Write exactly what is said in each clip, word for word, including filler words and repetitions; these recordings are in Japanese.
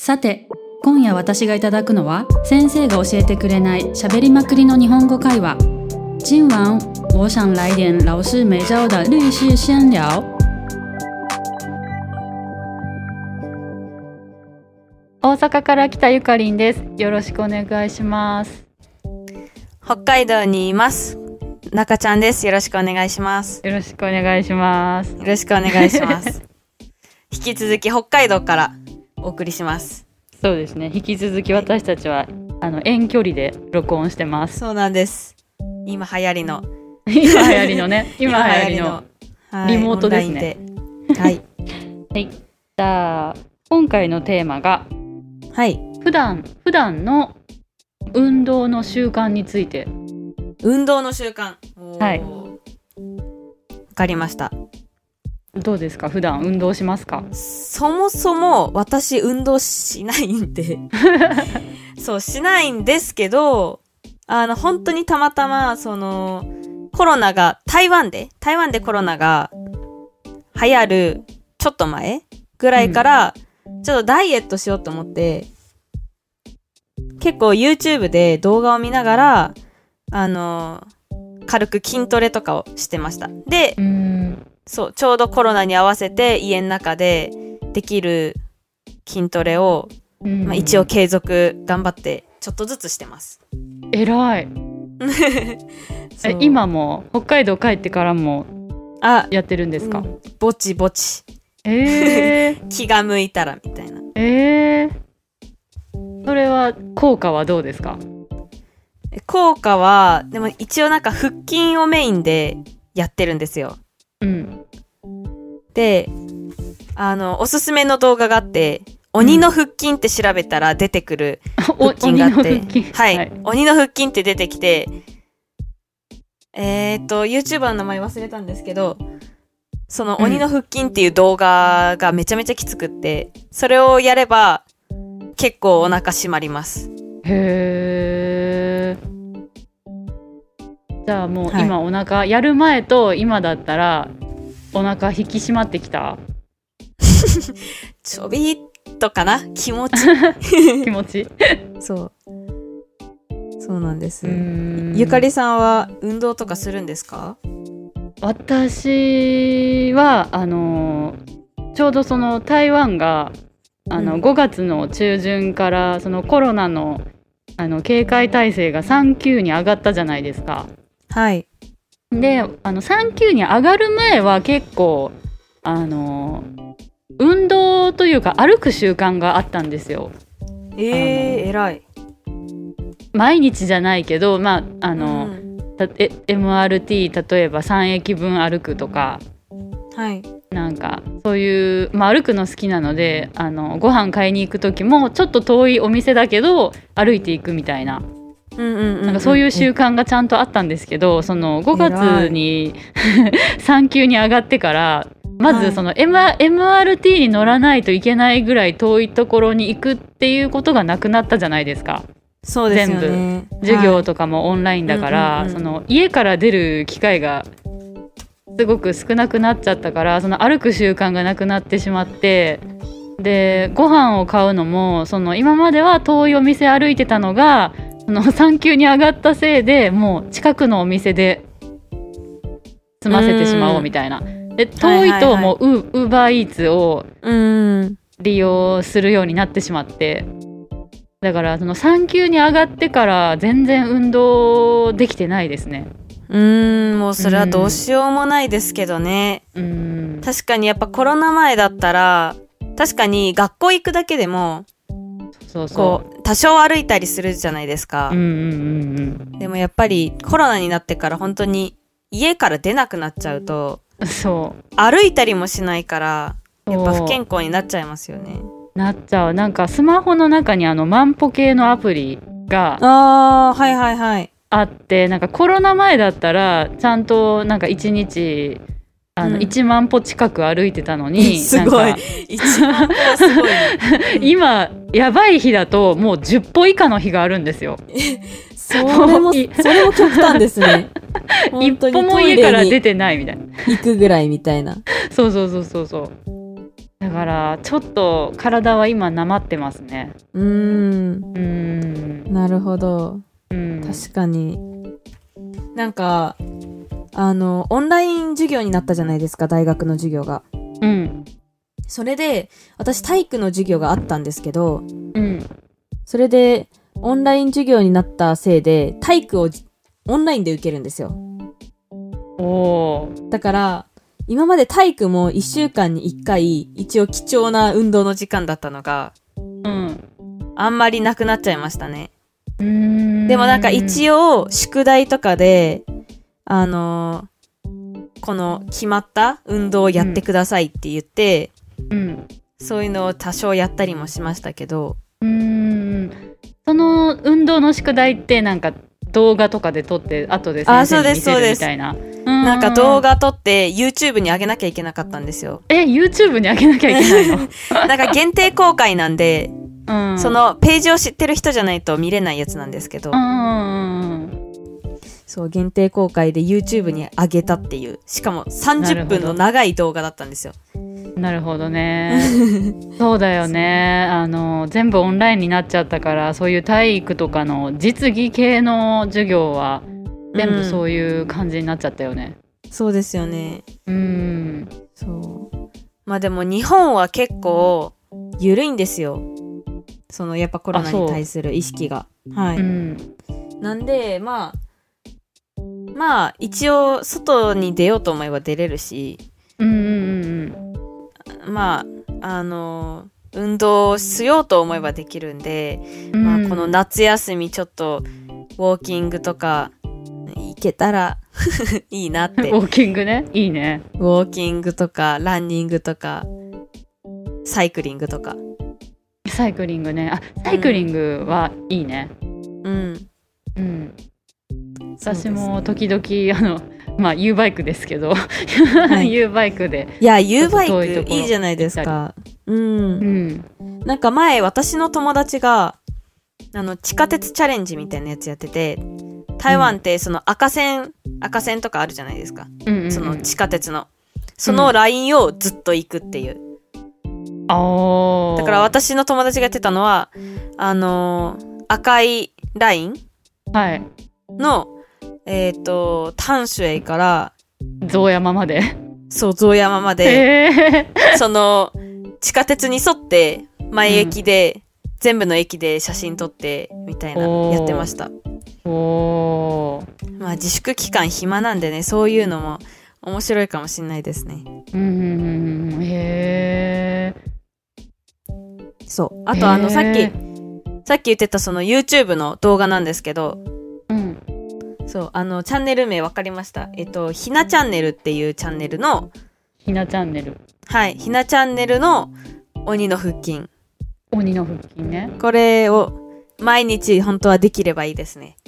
さて、今夜私がいただくのは先生が教えてくれない喋りまくりの日本語会話。今晚我想来点老师没教的律师闲聊。大阪から来たゆかりんです。よろしくお願いします。 北海道にいます中ちゃんです。よろしくお願いします。 よろしくお願いします。 よろしくお願いします引き続き北海道からお送りします。 そうですね、引き続き私たちは、はい、あの遠距離で録音してます。 そうなんです。今流行りの今流行りのね今流行りのリモートですね。 はい、 はい、じゃあ今回のテーマが、 はい、 普段普段の運動の習慣について。 運動の習慣、 はい、 わかりました。 どうですか、普段運動しますか？ そもそも私運動しないんでそうしないんですけど、あの本当にたまたまそのコロナが台湾で台湾でコロナが流行るちょっと前ぐらいから、うん、ちょっとダイエットしようと思って結構 YouTube で動画を見ながらあの軽く筋トレとかをしてました。で、うーんそうちょうどコロナに合わせて家の中でできる筋トレを、うんまあ、一応継続頑張ってちょっとずつしてます。 えらいえ今も北海道帰ってからもやってるんですか？うん、 ぼちぼち、 えー、 気が向いたらみたいな。 えー、それは効果はどうですか？ 効果はでも一応なんか腹筋をメインでやってるんですよ。うん。で、あのおすすめの動画があって、鬼の腹筋って調べたら出てくる腹筋があって、うん、はい、はい、鬼の腹筋って出てきて、えーと YouTuber の名前忘れたんですけど、その鬼の腹筋っていう動画がめちゃめちゃきつくって、それをやれば結構お腹締まります。 へー。じゃあもう今お腹、はい、やる前と今だったらお腹引き締まってきた？ ちょびっとかな、気持ち気持ちそうそうなんです。ゆかりさんは運動とかするんですか？ 私はあのちょうどその台湾があの、うん、ごがつの中旬からそのコロナのあの警戒態勢がさん級に上がったじゃないですか。 はい。 で、あのさん級に上がる前は結構あの運動というか歩く習慣があったんですよ。 えー、偉い。 毎日じゃないけど、まああの、うん、エムアールティー 例えばさん駅分歩くとか、 はい。なんかそういう、まあ、歩くの好きなので、あのご飯買いに行く時もちょっと遠いお店だけど歩いていくみたいな、なんかそういう習慣がちゃんとあったんですけど、そのごがつにさん級に上がってからまずその エムアールティー に乗らないといけないぐらい遠いところに行くっていうことがなくなったじゃないですか。 そうですよね。 全部授業とかもオンラインだから、はい、その家から出る機会がすごく少なくなっちゃったから、その歩く習慣がなくなってしまって、でご飯を買うのもその今までは遠いお店歩いてたのがそのさん級に上がったせいでもう近くのお店で済ませてしまおうみたいな。で遠いともうウーバーイーツを利用するようになってしまって、だからそのさん級に上がってから全然運動できてないですね。 うーんもうそれはどうしようもないですけどね。うーん確かにやっぱコロナ前だったら確かに学校行くだけでもそうそうこう多少歩いたりするじゃないですか。うんうんうんうん、でもやっぱりコロナになってから本当に家から出なくなっちゃうとそう歩いたりもしないからやっぱ不健康になっちゃいますよね。 なっちゃう。なんかスマホの中にあの万歩計のアプリがあはいはいはいあって、なんかコロナ前だったらちゃんとなんかいちにちあの、うん、いちまん歩近く歩いてたのにすごいいちまん歩はすごい、ね、 今やばい日だともうじゅっ歩以下の日があるんですよ。 それもそれも極端ですね。 一歩も家から出てないみたいな行くぐらいみたいな。 そうそうそうそうそう。だだからちょっと体は今なまってますね。 うーんうーんなるほど、 うん、 確かに。なんかあのオンライン授業になったじゃないですか、大学の授業が。 うん、 それで私体育の授業があったんですけど、 うん、 それでオンライン授業になったせいで体育をオンラインで受けるんですよ。 おー、 だから今まで体育もいっしゅうかんにいっかい一応貴重な運動の時間だったのが、 うん、 あんまりなくなっちゃいましたね。 うーんでもなんか一応宿題とかであのー、この決まった運動をやってくださいって言って、 うん、 そういうのを多少やったりもしましたけど。 うーんその運動の宿題ってなんか動画とかで撮って後で先生に見せるみたいな。 なんか動画撮って YouTube に上げなきゃいけなかったんですよ。 え YouTube に上げなきゃいけないのなんか限定公開なんで、 うん、 そのページを知ってる人じゃないと見れないやつなんですけど、 うんうんうん、 そう限定公開で YouTube に上げたっていう、しかもさんじゅっぷんの長い動画だったんですよ。 なるほどねそうだよね、あの全部オンラインになっちゃったから、そういう体育とかの実技系の授業は全部そういう感じになっちゃったよね、 うん、そうですよね。 うんそうまあでも日本は結構緩いんですよ、そのやっぱコロナに対する意識が。はい、うん、なんでまあまあ一応外に出ようと思えば出れるし、 うんうんうんまああの運動しようと思えばできるんで、うん、まあこの夏休みちょっとウォーキングとか行けたらいいなって。 ウォーキングね、いいね。 ウォーキングとかランニングとかサイクリングとか。 サイクリングね、あ、サイクリングはいいね。 うんうん、私も時々あのまあ U バイクですけど、はい、U バイクで。 いや U バイクいいじゃないですか。うん、うん、なんか前私の友達があの地下鉄チャレンジみたいなやつやってて、台湾ってその赤線、赤線とかあるじゃないですか、うんうんうん、その地下鉄のそのラインをずっと行くっていう、うん、だから私の友達がやってたのはあのー、赤いラインの、はい、えっ、ー、と淡水から象山まで、 そう象山まで、その地下鉄に沿って前駅で、うん、全部の駅で写真撮ってみたいなやってました。 おー、 まあ自粛期間暇なんでね、そういうのも面白いかもしれないですね。 うんうんうん、へー。そうあとあのさっきさっき言ってたその YouTube の動画なんですけど、 うん、 そうあのチャンネル名分かりました。えっとひなチャンネルっていうチャンネルの、 ひなチャンネル、 はいひなチャンネルの鬼の腹筋、 鬼の腹筋ね、 これを毎日本当はできればいいですね。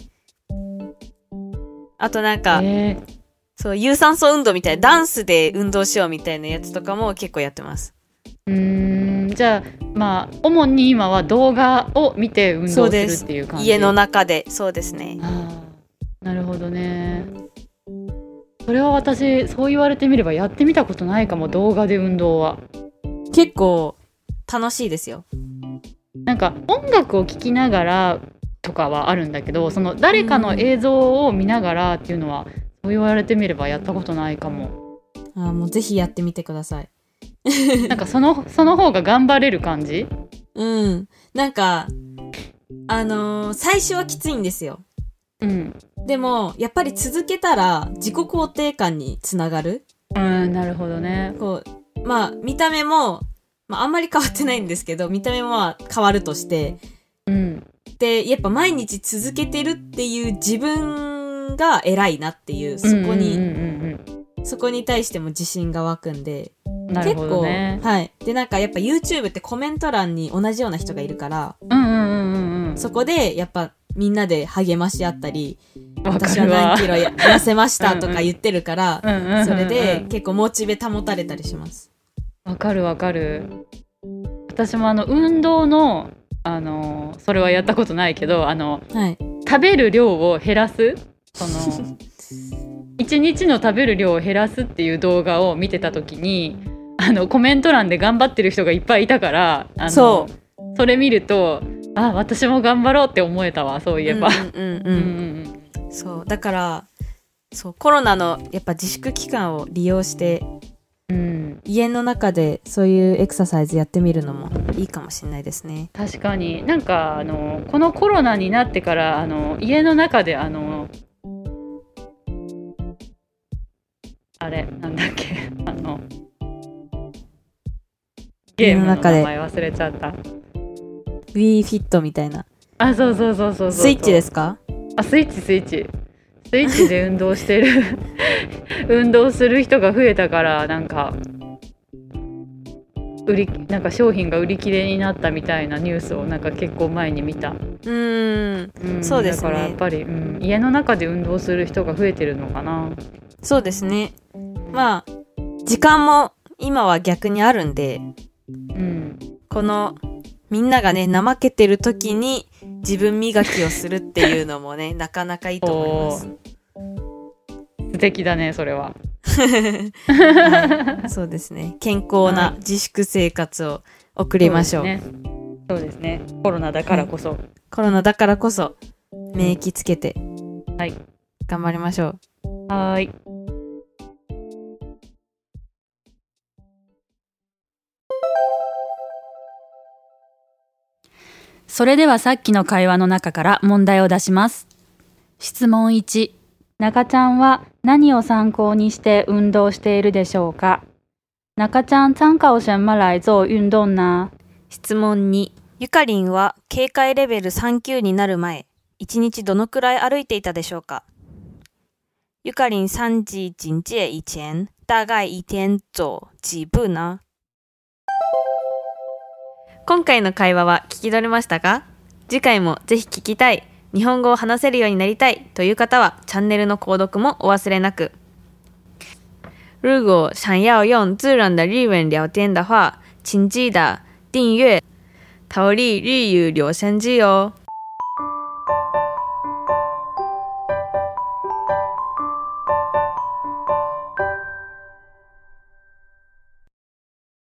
あとなんか、えー、そう有酸素運動みたいな、ダンスで運動しようみたいなやつとかも結構やってます。 うーん、じゃあまあ主に今は動画を見て運動するっていう感じ。 家の中で。そうですね。 あ、なるほどね。それは私そう言われてみればやってみたことないかも、動画で運動は。 結構楽しいですよ。 なんか音楽を聴きながらとかはあるんだけど、その誰かの映像を見ながらっていうのは、うん、そう言われてみればやったことないかも。 あ、もうぜひやってみてください。 なんかそのその方が頑張れる感じ。 うん、なんかあのー、最初はきついんですよ。 うん。 でもやっぱり続けたら自己肯定感につながる。 うん、なるほどね。 こうまあ見た目も、まあ、あんまり変わってないんですけど、見た目もまあ変わるとして、 うん。 でやっぱ毎日続けてるっていう自分が偉いなっていう、そこに、うんうんうんうん、そこに対しても自信が湧くんで。 なるほどね。 結構、はい。でなんかやっぱ YouTube ってコメント欄に同じような人がいるから、 うんうんうんうん、 そこでやっぱみんなで励まし合ったり、私は何キロ痩せましたとか言ってるから、うんうん、それで結構モチベ保たれたりします。 わかるわかる。私もあの運動のあのそれはやったことないけど、あの、はい、食べる量を減らす、そのいちにちの食べる量を減らすっていう動画を見てた時に、 あのコメント欄で頑張ってる人がいっぱいいたから、あのそうそれ見ると、あ、私も頑張ろうって思えたわ、そういえば。 うんうんうんうんうん、そうだからそうコロナのやっぱ自粛期間を利用して、うん、家の中でそういうエクササイズやってみるのもいいかもしれないですね。 確かに、なんかあのこのコロナになってからあの家の中であのあれなんだっけあのゲームの名前忘れちゃった。 Wii Fit みたいな。 あ、そうそうそうそうそう。 スイッチですか？ あ、スイッチスイッチスイッチで運動してる運動する人が増えたから、なんか売りなんか商品が売り切れになったみたいなニュースをなんか結構前に見た。 うーん、うん、そうですね。 だからやっぱり、うん、家の中で運動する人が増えてるのかな。 そうですね。まあ時間も今は逆にあるんで、うん、このみんながね怠けてる時に自分磨きをするっていうのもねなかなかいいと思います。 素敵だね、それは。 はい、そうですね。健康な自粛生活を送りましょう。 はい、そうですね。そうですね。コロナだからこそ、はい、 コロナだからこそ免疫つけて、 はい、 頑張りましょう。はい。それではさっきの会話の中から問題を出します。質問いち、中ちゃんは何を参考にして運動しているでしょうか？中ちゃん参考什么来做運動呢？ 質問に、ゆかりんは警戒レベルさん級になる前、いちにちどのくらい歩いていたでしょうか？ゆかりん三級警戒以前、大概一天走几步呢？今回の会話は聞き取れましたか？次回もぜひ聞きたい、日本語を話せるようになりたいという方はチャンネルの購読もお忘れなく。如果想要用自然的日文聊天的话，请记得订阅逃离日语留声机哦。